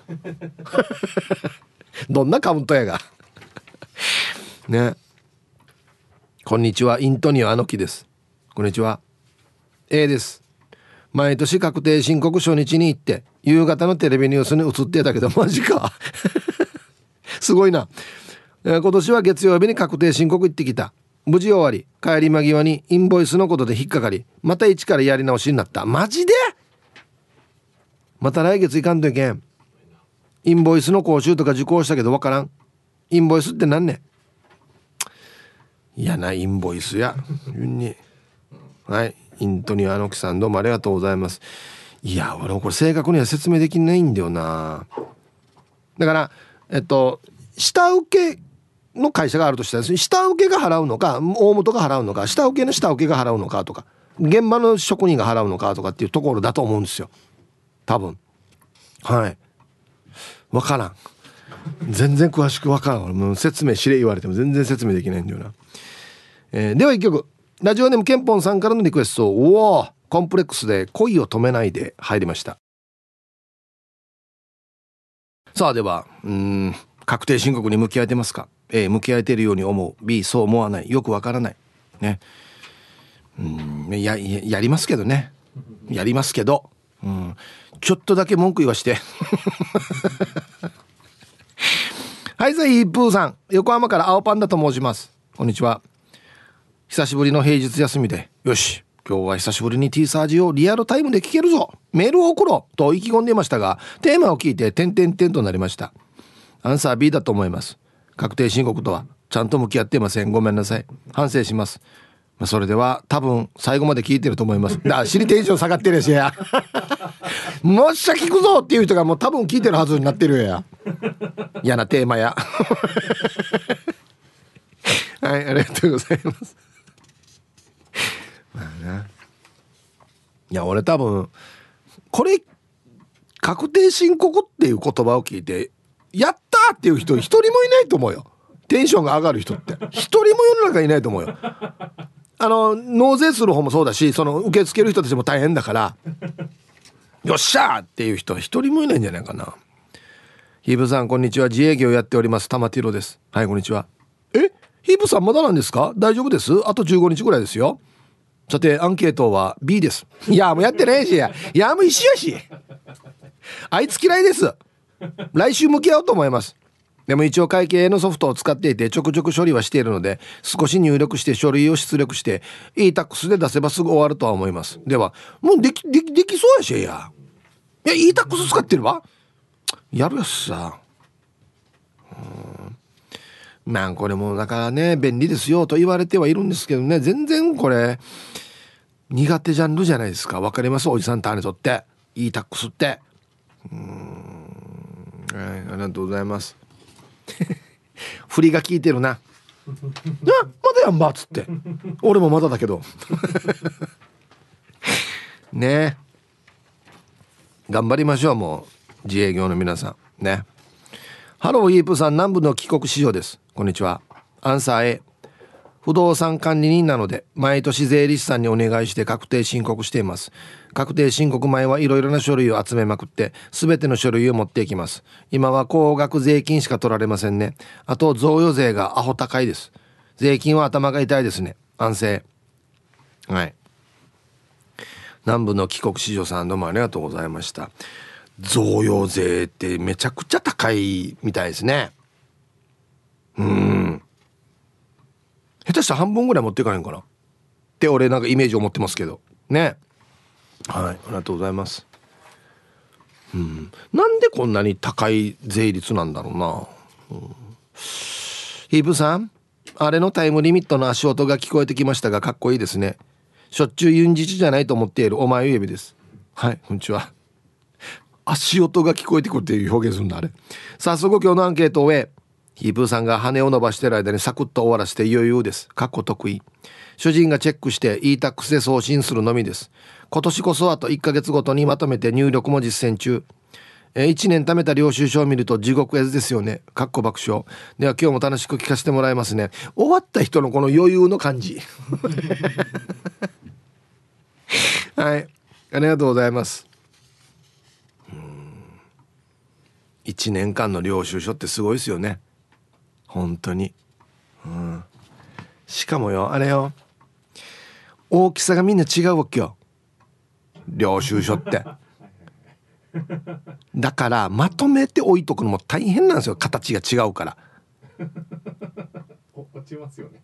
どんなカウントやがね。こんにちは、イントニオアノキです。こんにちは。 A です。毎年確定申告初日に行って夕方のテレビニュースに映ってたけどマジかすごいな。今年は月曜日に確定申告行ってきた。無事終わり帰り間際にインボイスのことで引っかかりまた一からやり直しになった。マジでまた来月行かんといけん。インボイスの講習とか受講したけどわからん。インボイスって何ね。嫌なインボイスやにはい、イントニアノキさんどうもありがとうございます。いや俺もこれ正確には説明できないんだよな。だから下請けの会社があるとしたら下請けが払うのか大元が払うのか下請けが払うのかとか現場の職人が払うのかとかっていうところだと思うんですよ。 多分。はい。わからん。全然詳しくわからん。もう説明しれ言われても全然説明できないんだよな。では一曲。ラジオネームケンポンさんからのリクエスト。おお、コンプレックスで恋を止めないで入りました。さあでは、確定申告に向き合えてますか？ A、向き合えているように思う。 B、そう思わない。よくわからないね。やりますけどね。やりますけど、ちょっとだけ文句言わしてはいさい、プーさん、横浜から青パンダと申します。こんにちは。久しぶりの平日休みで、よし今日は久しぶりに T サージをリアルタイムで聞けるぞ、メールを送ろうと意気込んでいましたが、テーマを聞いて点々点となりました。アンサー B だと思います。確定申告とはちゃんと向き合っていません。ごめんなさい、反省します。それでは多分最後まで聞いてると思います。知りテンション下がってるやしやもっしゃ聞くぞっていう人がもう多分聞いてるはずになってるや。嫌なテーマやはい、ありがとうございますまあな、いや俺多分これ確定申告っていう言葉を聞いてやったーっていう人一人もいないと思うよ。テンションが上がる人って一人も世の中いないと思うよ。納税する方もそうだし、その受け付ける人たちも大変だからよっしゃーっていう人は一人もいないんじゃないかな。ヒープさんこんにちは。自営業やっております玉ティロです。はい、こんにちは。ヒープさんまだなんですか？大丈夫です。あと15日ぐらいですよ。さてアンケートは B です。いやもうやってないし、いやもう一緒やしあいつ嫌いです。来週向き合おうと思います。でも一応会計のソフトを使っていてちょくちょく処理はしているので、少し入力して書類を出力して e-tax で出せばすぐ終わるとは思います。ではもうできそうやし、いや e-tax 使ってるわ、やるやつさ。まあこれもだからね、便利ですよと言われてはいるんですけどね、全然これ苦手ジャンルじゃないですか。わかります？おじさんと姉とって e-tax って。はい、ありがとうございます振りが効いてるなあ、まだやんばっつって俺もまだだけどねえ、頑張りましょう。もう自営業の皆さんね。ハローイープさん、南部の帰国子女です。こんにちは。アンサー A、 不動産管理人なので毎年税理士さんにお願いして確定申告しています。確定申告前はいろいろな書類を集めまくって全ての書類を持っていきます。今は高額税金しか取られませんね。あと贈与税がアホ高いです。税金は頭が痛いですね。安静。はい、南部の帰国子女さん、どうもありがとうございました。贈与税ってめちゃくちゃ高いみたいですね。下手したら半分ぐらい持っていかないのかなって俺なんかイメージを持ってますけどね。はい、ありがとうございます。なんでこんなに高い税率なんだろうな。ヒープさん、あれのタイムリミットの足音が聞こえてきましたが、かっこいいですね。しょっちゅうユンジチじゃないと思っているお前ゆえびです。はい、こんにちは。足音が聞こえてくるっていう表現するんだあれ。早速今日のアンケートを終え、ヒープーさんが羽を伸ばしている間にサクッと終わらせて余裕です。かっこ得意。主人がチェックして e-tax で送信するのみです。今年こそあと1ヶ月ごとにまとめて入力も実践中。1年貯めた領収書を見ると地獄絵図ですよね。かっこ爆笑。では今日も楽しく聞かせてもらいますね。終わった人のこの余裕の感じはい、ありがとうございます。1年間の領収書ってすごいですよね、本当に。しかもよ、あれよ、大きさがみんな違うわけよ、領収書ってだからまとめて置いとくのも大変なんですよ、形が違うから落ちますよね。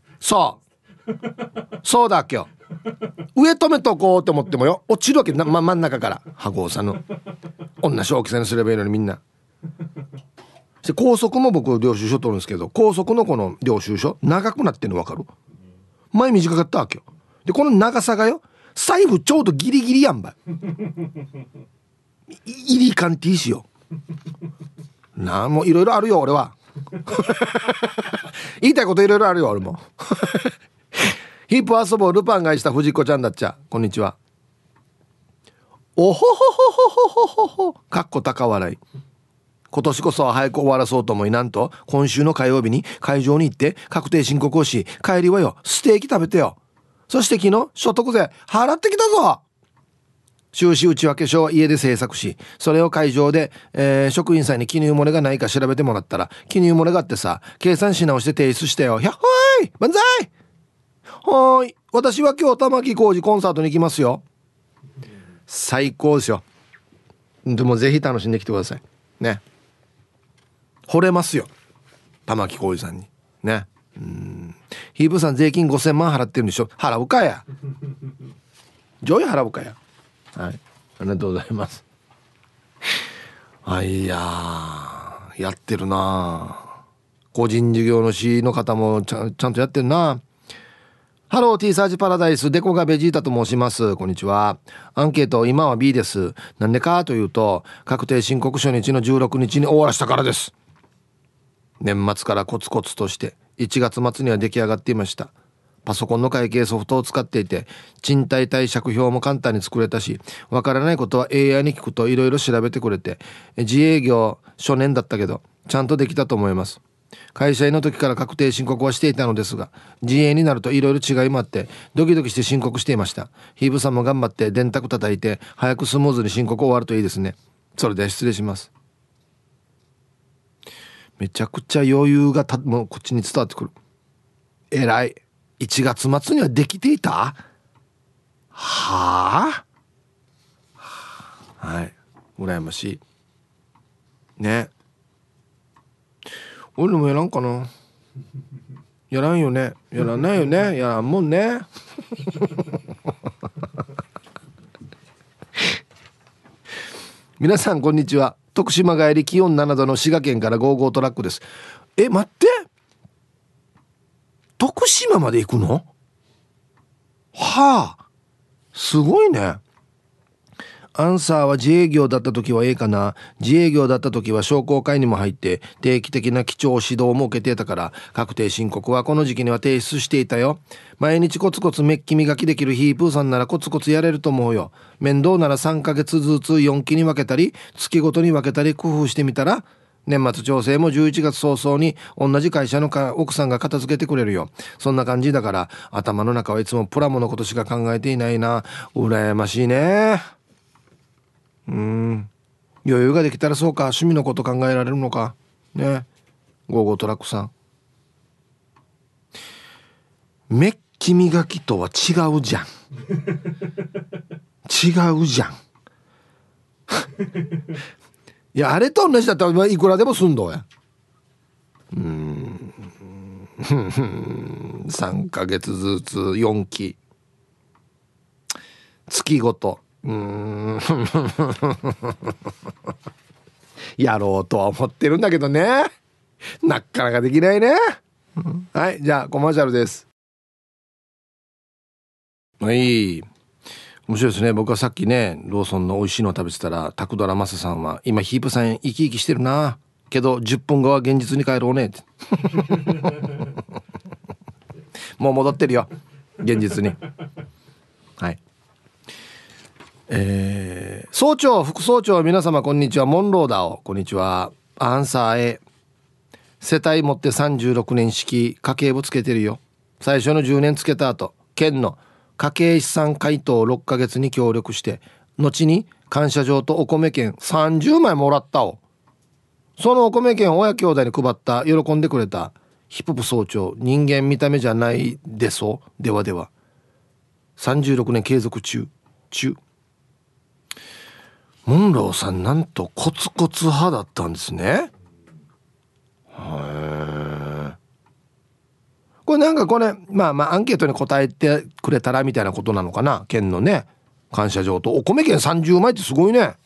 そうだっけよ、上止めとこうと思ってもよ、落ちるわけ真ん中から羽子さんの同じ大きさにすればいいのにみんな。高速も僕領収書取るんですけど、高速のこの領収書長くなってるの分かる？前短かったわけよ。でこの長さがよ、財布ちょうどギリギリやんばいりかんていいしよなあ、もういろいろあるよ俺は言いたいこといろいろあるよ俺もヒープ遊ぼうルパンがした藤子ちゃんだっちゃ、こんにちは。 おほほほほほほほかっこ高笑い。今年こそは早く終わらそうと思い、なんと今週の火曜日に会場に行って確定申告をし、帰りはよステーキ食べてよ。そして昨日所得税払ってきたぞ。収支内訳書は家で制作し、それを会場で、職員さんに記入漏れがないか調べてもらったら、記入漏れがあってさ、計算し直して提出したよ。ひゃっほーい万歳。はーい、私は今日玉置浩二コンサートに行きますよ。最高ですよ。でもぜひ楽しんできてくださいね。惚れますよ玉置浩二さんにね。ヒープさん税金5000万払ってるんでしょ。払うかやジョイ払うかや。はい、ありがとうございます。いやーやってるな。個人事業主の方もちゃんとやってるな。ハロー T サージパラダイス、デコがベジータと申します。こんにちは。アンケート今は B です。なんでかというと、確定申告初日の16日に終わらしたからです。年末からコツコツとして1月末には出来上がっていました。パソコンの会計ソフトを使っていて、賃貸貸借表も簡単に作れたし、わからないことは AI に聞くといろいろ調べてくれて、自営業初年だったけどちゃんとできたと思います。会社員の時から確定申告はしていたのですが、自営になるといろいろ違いもあってドキドキして申告していました。ヒーブさんも頑張って電卓叩いて早くスムーズに申告終わるといいですね。それでは失礼します。めちゃくちゃ余裕がもうこっちに伝わってくる。えらい。1月末にはできていた？はあ、はい、羨ましいね。俺もやらんかな。やらんよね。やらないよね。やらんもんね。皆さんこんにちは。徳島帰り気温7度の滋賀県から55トラックです。待って、徳島まで行くの？はあ、すごいね。アンサーは自営業だった時はかな。自営業だった時は商工会にも入って定期的な基調指導も受けていたから、確定申告はこの時期には提出していたよ。毎日コツコツメッキ磨きできるヒープーさんならコツコツやれると思うよ。面倒なら3ヶ月ずつ4期に分けたり月ごとに分けたり工夫してみたら、年末調整も11月早々に同じ会社の奥さんが片付けてくれるよ。そんな感じだから、頭の中はいつもプラモのことしか考えていないな。羨ましいね。余裕ができたらそうか、趣味のこと考えられるのかね。ゴーゴートラックさん、メッキ磨きとは違うじゃん。違うじゃん。いや、あれと同じだったらいくらでもすんどや。3ヶ月ずつ4期月ごとやろうとは思ってるんだけどね、なかなかできないね。はい、じゃあコマーシャルです。はい、面白いですね。僕はさっきねローソンの美味しいのを食べてたら、タクドラマサさんは今ヒープさん生き生きしてるなけど10分後は現実に帰ろうねってもう戻ってるよ現実に。はい、総長副総長皆様こんにちは。モンローダーをこんにちは。アンサー A、 世帯持って36年式家計簿つけてるよ。最初の10年つけた後、県の家計資産回答6ヶ月に協力して、後に感謝状とお米券30枚もらったを。そのお米券を親兄弟に配った。喜んでくれた。ヒップ総長、人間見た目じゃないでそう。ではでは36年継続中。モンローさんなんとコツコツ派だったんですね。これなんかこれまあアンケートに答えてくれたらみたいなことなのかな。県のね感謝状とお米券30枚ってすごいね。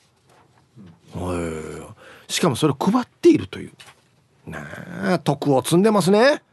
しかもそれを配っているというね、徳を積んでますね。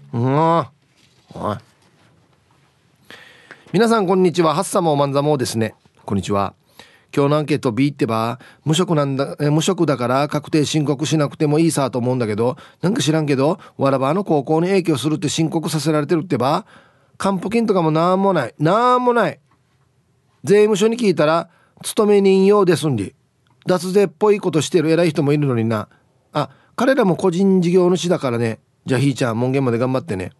皆さんこんにちは。ハッサモーマンザモーですね。こんにちは。今日のアンケート B ってば無職だから確定申告しなくてもいいさと思うんだけど、なんか知らんけどわらばの高校に影響するって申告させられてるってば。還付金とかもなんもない。税務署に聞いたら勤め人用ですんり脱税っぽいことしてる偉い人もいるのにな。あ、彼らも個人事業主だからね。じゃあひーちゃん門限まで頑張ってね。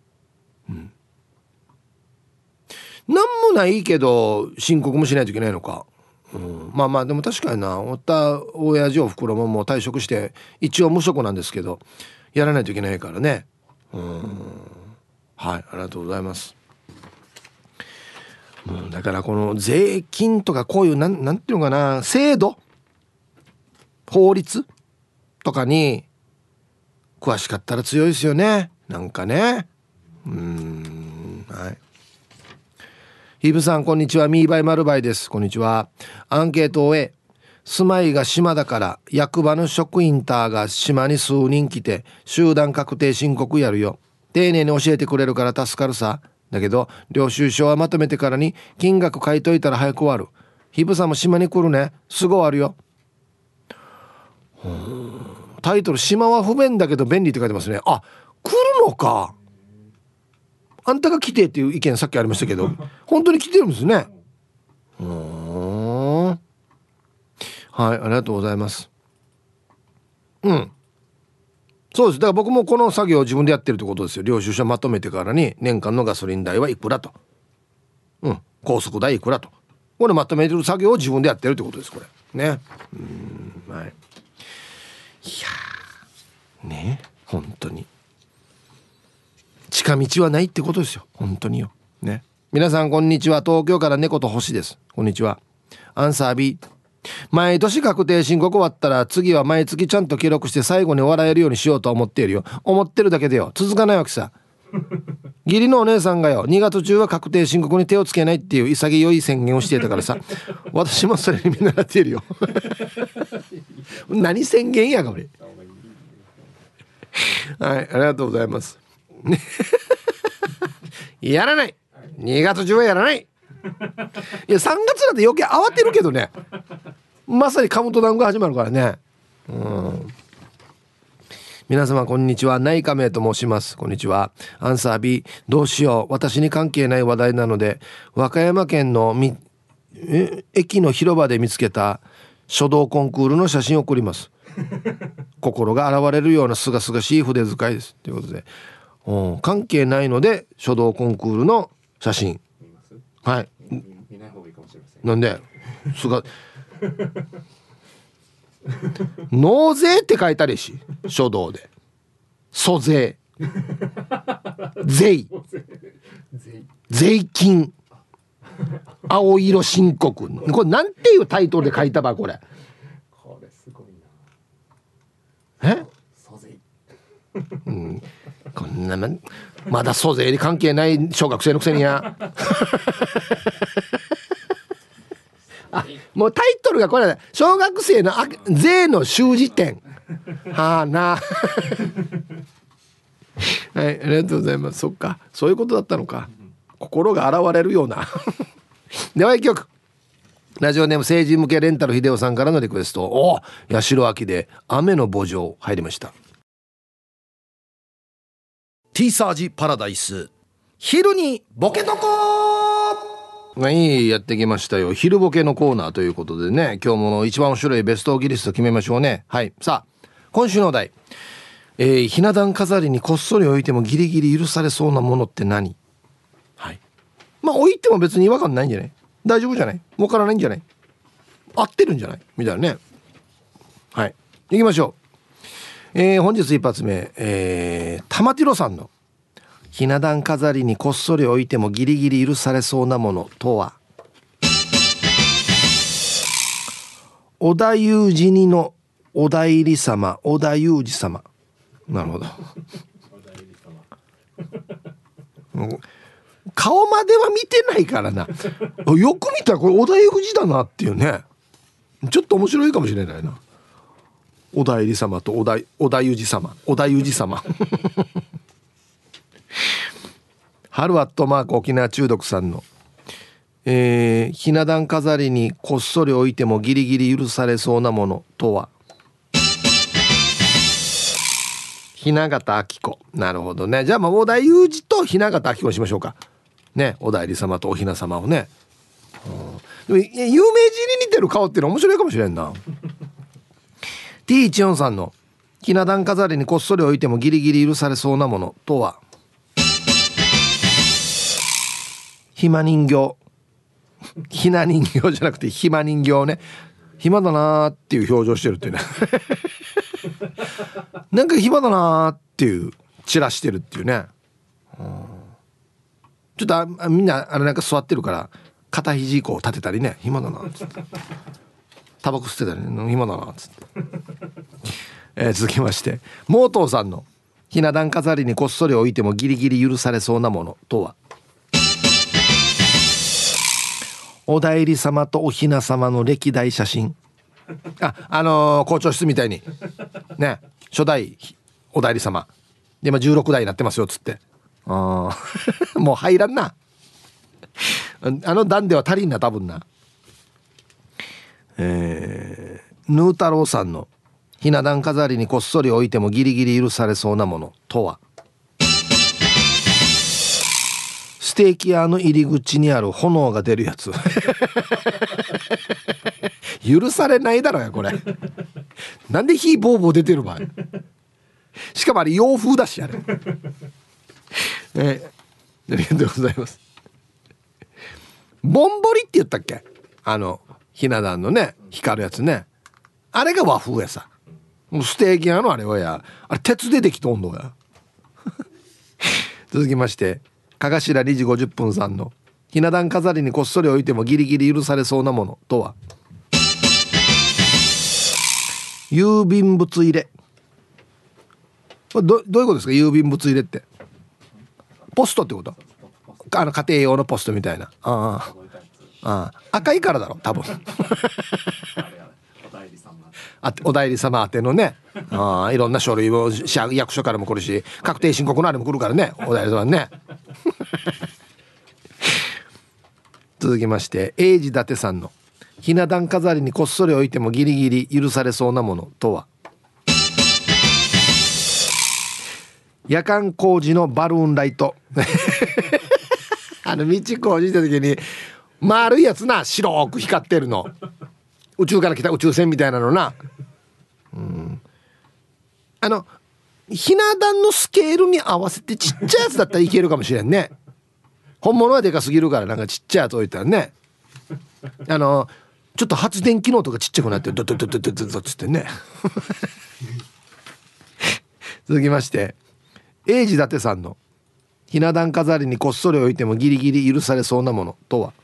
なんもないけど申告もしないといけないのか。まあまあでも確かにな、おった親父おふくろももう退職して一応無職なんですけどやらないといけないからね。はい、ありがとうございます。だからこの税金とかこういうなんていうのかな、制度法律とかに詳しかったら強いですよね、なんかね。はい。ヒブさんこんにちは、ミーバイマルバイです。こんにちは。アンケートを終え、住まいが島だから役場の職員ターが島に数人来て集団確定申告やるよ、丁寧に教えてくれるから助かるさ。だけど領収書はまとめてからに金額書いといたら早く終わる。ヒブさんも島に来るね、すぐ終わるよ。タイトル、島は不便だけど便利って書いてますね。あ、来るのか。あんたが来てっていう意見さっきありましたけど本当に来てるんですね。はい、ありがとうございます。そうです。だから僕もこの作業を自分でやってるってことですよ。領収書まとめてからに年間のガソリン代はいくらと、高速代いくらと、これまとめてる作業を自分でやってるってことです、これね。はい。いやーね、本当に近道はないってことですよ、本当によね。皆さんこんにちは、東京から猫と星です。こんにちは。アンサー B、毎年確定申告終わったら次は毎月ちゃんと記録して最後に笑えるようにしようと思っているよ。思ってるだけでよ、続かないわけさ。義理のお姉さんがよ、2月中は確定申告に手をつけないっていう潔い宣言をしていたからさ私もそれに見習っているよ何宣言やが俺はい、ありがとうございますやらない、2月中はやらない。いや3月なんて余計慌てるけどね、まさにカウントダウンが始まるからね。皆様こんにちは、内科名と申します。こんにちは。アンサー B、 どうしよう、私に関係ない話題なので和歌山県の駅の広場で見つけた書道コンクールの写真を送ります。心が洗われるようなすがすがしい筆遣いですということで、関係ないので書道コンクールの写真、はい、 見ない方がいいかもしれません。 なんですが納税って書いたりし、書道で租税税税金青色申告、これなんていうタイトルで書いたばこれ。 これすごいな。租税こんなまだ租税に関係ない小学生のくせにやあ、もうタイトルがこれ、小学生の税の習字点はあなはい、ありがとうございます。そっか、そういうことだったのか。心が洗われるようなでは一曲、ラジオネーム政治向けレンタル秀夫さんからのリクエスト。お八代亜紀で雨の慕情入りました。T サージパラダイス、昼にボケとこはい、やってきましたよ、昼ボケのコーナーということでね、今日も一番面白いベストギリスト決めましょうね。はい、さあ今週のお題、ひな壇飾りにこっそり置いてもギリギリ許されそうなものって何。はい、まあ置いても別に違和感ないんじゃない、大丈夫じゃない、わからないんじゃない、合ってるんじゃないみたいなね。はい、行きましょう。本日一発目、玉ティロさんのひな壇飾りにこっそり置いてもギリギリ許されそうなものとは。織田裕二にのお代理様、織田裕二様。なるほど顔までは見てないからな、よく見たらこれ織田裕二だなっていうね、ちょっと面白いかもしれないな。お代理様と織田裕二様、織田裕二様春アットマーク沖縄中毒さんの、ひな壇飾りにこっそり置いてもギリギリ許されそうなものとは。雛形あき子。なるほどね。じゃあまあ織田裕二と雛形あき子にしましょうかね。お代理様とお雛様をね。 でも有名人に似てる顔っていうのは面白いかもしれんな。 T14 さんのひな壇飾りにこっそり置いてもギリギリ許されそうなものとは、ひま人形。ひな人形じゃなくてひま人形ね。暇だなーっていう表情してるっていうねなんか暇だなーっていう散らしてるっていうね。ちょっとみんなあれなんか座ってるから肩肘こう立てたりね、暇だなっつってタバコ吸ってたりね、暇だなっつって続きまして、モートーさんのひな壇飾りにこっそり置いてもギリギリ許されそうなものとは、お内裏様とおひな様の歴代写真。校長室みたいにね、初代お内裏様で今16代になってますよっつって、もう入らんな段では足りんな多分な。ヌー太郎さんのひな壇飾りにこっそり置いてもギリギリ許されそうなものとは、ステーキ屋の入り口にある炎が出るやつ許されないだろやこれ。なんで火ボーボー出てる場合、しかもあれ洋風だしあれありがとうございます。ボンボリって言ったっけ、ひな壇のね光るやつね、あれが和風やさ。もうステーキ屋のあれはや、あれ鉄でできとんのや続きまして、かがしら2時50分さんのひな壇飾りにこっそり置いてもギリギリ許されそうなものとは、郵便物入れ。どういうことですか、郵便物入れって。ポストってこと？家庭用のポストみたいな。赤いからだろ多分お代理様宛てのね、いろんな書類を役所からも来るし、確定申告のあれも来るからね、お代理様ね続きまして、英治伊達さんのひな壇飾りにこっそり置いてもギリギリ許されそうなものとは、夜間工事のバルーンライト道工事した時に丸いやつな、白く光ってるの、宇宙から来た宇宙船みたいなのな。ひな壇のスケールに合わせてちっちゃいやつだったらいけるかもしれんね。本物はでかすぎるからなんかちっちゃいやつ置いたらね、ちょっと発電機能とかちっちゃくなってドドドドドドドつってね続きまして、英治伊達さんのひな壇飾りにこっそり置いてもギリギリ許されそうなものとは、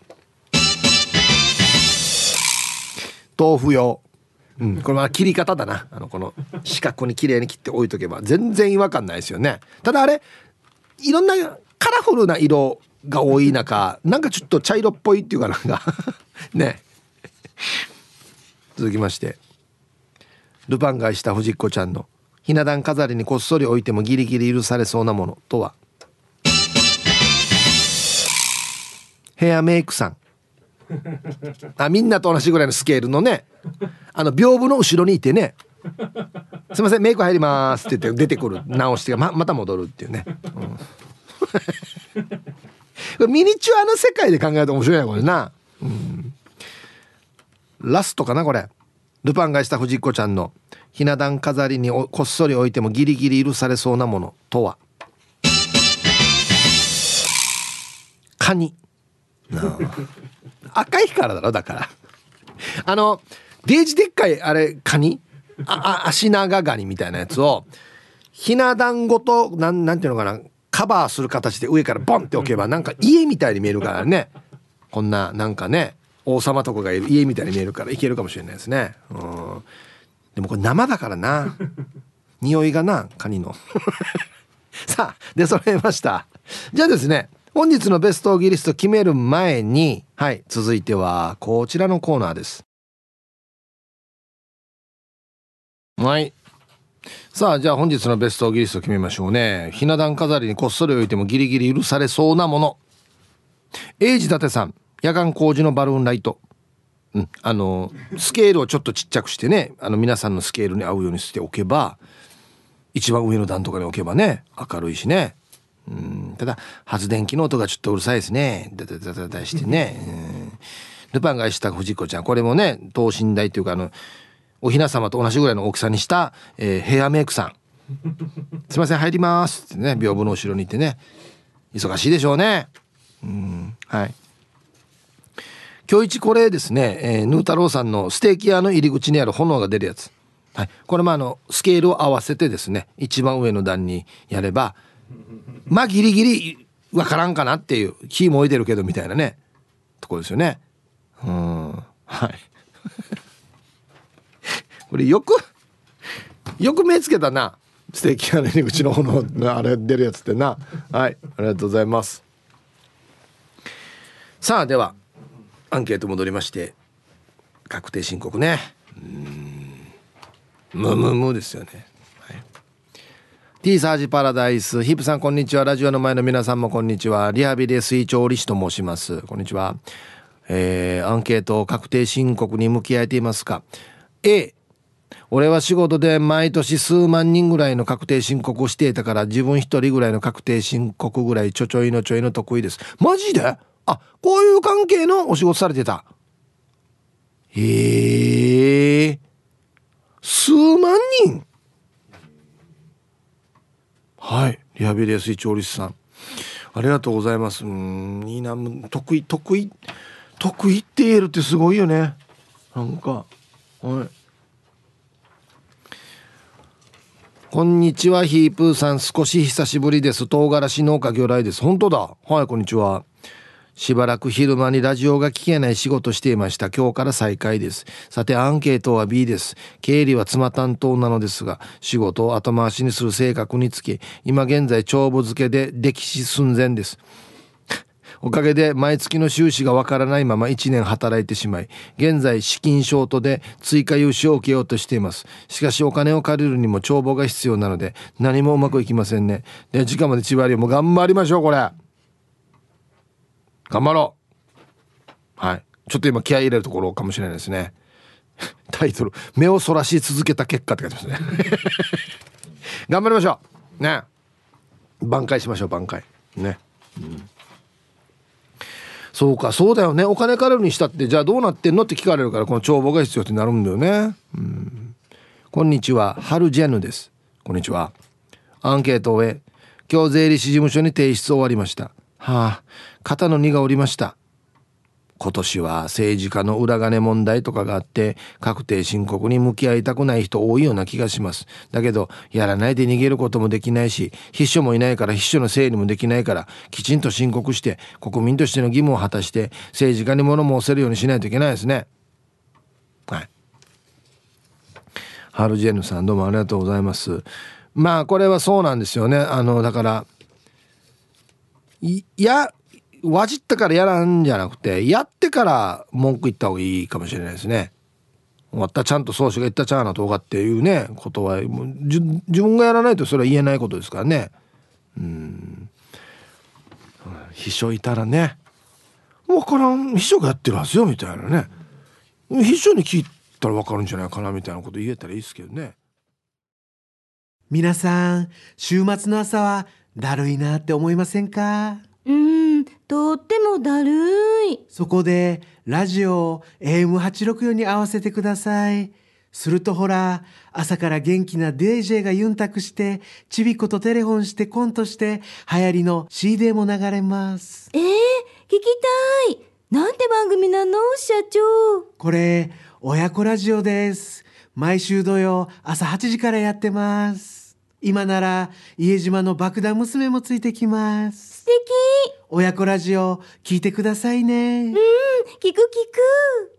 豆腐用。これは切り方だな。この四角に綺麗に切って置いとけば全然違和感ないですよね。ただあれいろんなカラフルな色が多い中、なんかちょっと茶色っぽいっていうかなんかね。続きまして、ルパン買いした藤子ちゃんのひな壇飾りにこっそり置いてもギリギリ許されそうなものとは、ヘアメイクさん。みんなと同じぐらいのスケールのね、屏風の後ろにいてね、すいませんメイク入りますって言って出てくる、直してまた戻るっていうね、これミニチュアの世界で考えると面白いなこれな。ラストかなこれ。ルパンがした藤子ちゃんのひな壇飾りにこっそり置いてもギリギリ許されそうなものとは、カニ赤いからだろ、だからデージでっかいあれカニ、足長ガニみたいなやつをひな壇ごとなんていうのかな、カバーする形で上からボンって置けばなんか家みたいに見えるからね、こんななんかね王様とかがいる家みたいに見えるからいけるかもしれないですね。でもこれ生だからな匂いがなカニのさあ出揃えました。じゃあですね、本日のベストオギリスト決める前に、はい、続いてはこちらのコーナーです。はい、さあじゃあ本日のベストオギリスト決めましょうね。ひな壇飾りにこっそり置いてもギリギリ許されそうなもの。英治伊達さん、夜間工事のバルーンライト。スケールをちょっとちっちゃくしてね、皆さんのスケールに合うようにしておけば、一番上の段とかに置けばね明るいしね。ただ発電機能とかちょっとうるさいですね。だしてね。 ルパンがした藤子ちゃん、これもね等身大というかお雛様と同じぐらいの大きさにした、ヘアメイクさんすいません入りますってね、屏風の後ろにいてね、忙しいでしょうね。はい。今日一これですね、ヌー太郎さんのステーキ屋の入り口にある炎が出るやつ、はい、これもスケールを合わせてですね、一番上の段にやればまあギリギリわからんかなっていう、火燃えてるけどみたいなねところですよね。はいこれよく目つけたな、ステーキ屋の入り口の炎のあれ出るやつってな。はい、ありがとうございます。さあではアンケート戻りまして、確定申告ね、ムですよね、はい、T サージパラダイス、ヒップさんこんにちは。ラジオの前の皆さんもこんにちは。リハビリ水調理師と申します。こんにちは。アンケート確定申告に向き合えていますか。 A、俺は仕事で毎年数万人ぐらいの確定申告をしていたから、自分一人ぐらいの確定申告ぐらいちょいの得意です。マジで？あ、こういう関係のお仕事されてた。数万人。はい、リハビリ安い調理師さんありがとうございます。いいな、得意って言えるってすごいよね。なんか、はい。こんにちはヒープーさん、少し久しぶりです。唐辛子農家魚雷です。本当だ。はい、こんにちは。しばらく昼間にラジオが聞けない仕事していました。今日から再開です。さてアンケートは B です。経理は妻担当なのですが、仕事を後回しにする性格につき、今現在帳簿付けで溺死寸前です。おかげで毎月の収支がわからないまま1年働いてしまい、現在資金ショートで追加融資を受けようとしています。しかしお金を借りるにも帳簿が必要なので何もうまくいきませんね。で、時間まで千葉よりも頑張りましょう。これ頑張ろう。はい、ちょっと今気合い入れるところかもしれないですね。タイトル、目をそらし続けた結果って書いてますね。頑張りましょうね。挽回しましょう、挽回ね。そうか、そうだよね。お金借りるにしたってじゃあどうなってんのって聞かれるから、この帳簿が必要ってなるんだよね。こんにちは、ハルジェヌです。こんにちは。アンケートを終え、今日税理士事務所に提出終わりました。肩の荷が下りました。今年は政治家の裏金問題とかがあって確定申告に向き合いたくない人多いような気がします。だけどやらないで逃げることもできないし、秘書もいないから秘書の整理もできないから、きちんと申告して国民としての義務を果たして政治家に物申せるようにしないといけないですね。はい、ハルジェヌさんどうもありがとうございます。まあこれはそうなんですよね。だからわじったからやらんじゃなくて、やってから文句言った方がいいかもしれないですね。終わったちゃんと総司が言ったちゃうなとかっていうねことは自分がやらないとそれは言えないことですからね。秘書いたらね、分からん、秘書がやってるはずよみたいなね、秘書に聞いたら分かるんじゃないかなみたいなこと言えたらいいですけどね。 皆さん、週末の朝はだるいなって思いませんか？ とってもだるい。 そこでラジオを AM864 に合わせてください。するとほら、朝から元気な DJ がユンタクして、ちびことテレフォンしてコントして、流行りの CD も流れます。 聞きたい。なんて番組なの社長。 これ親子ラジオです。毎週土曜朝8時からやってます。今なら家島の爆弾娘もついてきます。 素敵。 親子ラジオ聞いてくださいね。 聞く。